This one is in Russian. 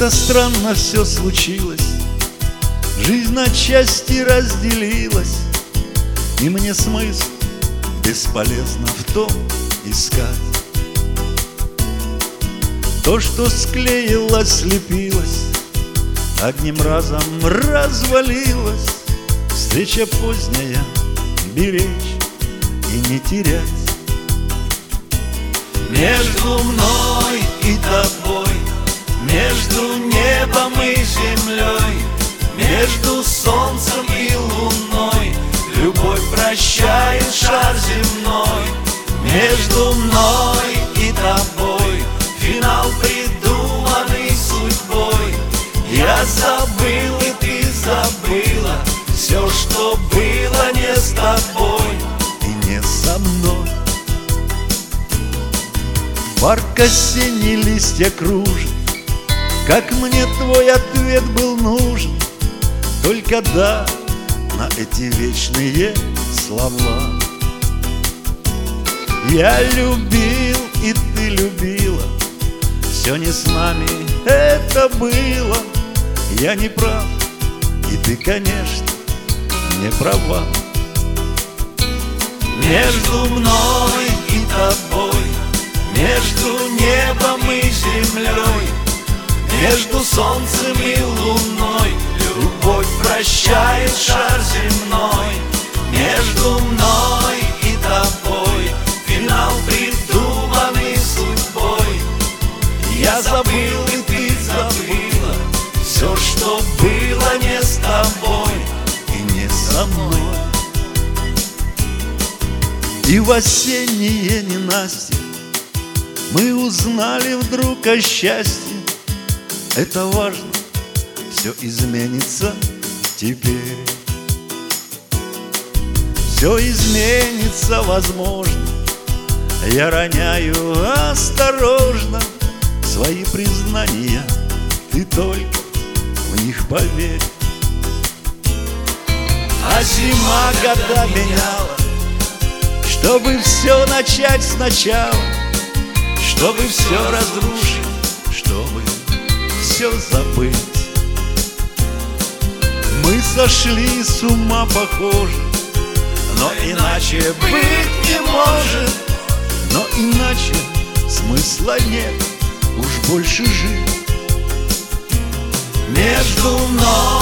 Как-то странно все случилось, жизнь на части разделилась, и мне смысл бесполезно в том искать. То, что склеилось, слепилось, одним разом развалилось. Встреча поздняя, беречь и не терять. Между мной и тобой, между небом и землей, между солнцем и луной любовь прощает шар земной. Между мной и тобой финал, придуманный судьбой. Я забыл, и ты забыла все, что было не с тобой и не со мной. Парк осенний, листья кружит, как мне твой ответ был нужен. Только да на эти вечные слова. Я любил, и ты любила, все не с нами это было. Я не прав, и ты, конечно, не права. Между мной и тобой, между небом и землей, между солнцем и луной любовь прощает шар земной. Между мной и тобой финал, придуманный судьбой. Я забыл, и ты забыла все, что было не с тобой и не со мной. И в осенние ненастья мы узнали вдруг о счастье. Это важно, все изменится теперь. Все изменится, возможно. Я роняю осторожно свои признания, ты только в них поверь. А зима года меняла, чтобы все начать сначала, чтобы все разрушить, чтобы все забыть. Мы сошли с ума, похоже, но иначе быть не может. Но иначе смысла нет уж больше жить. Между мной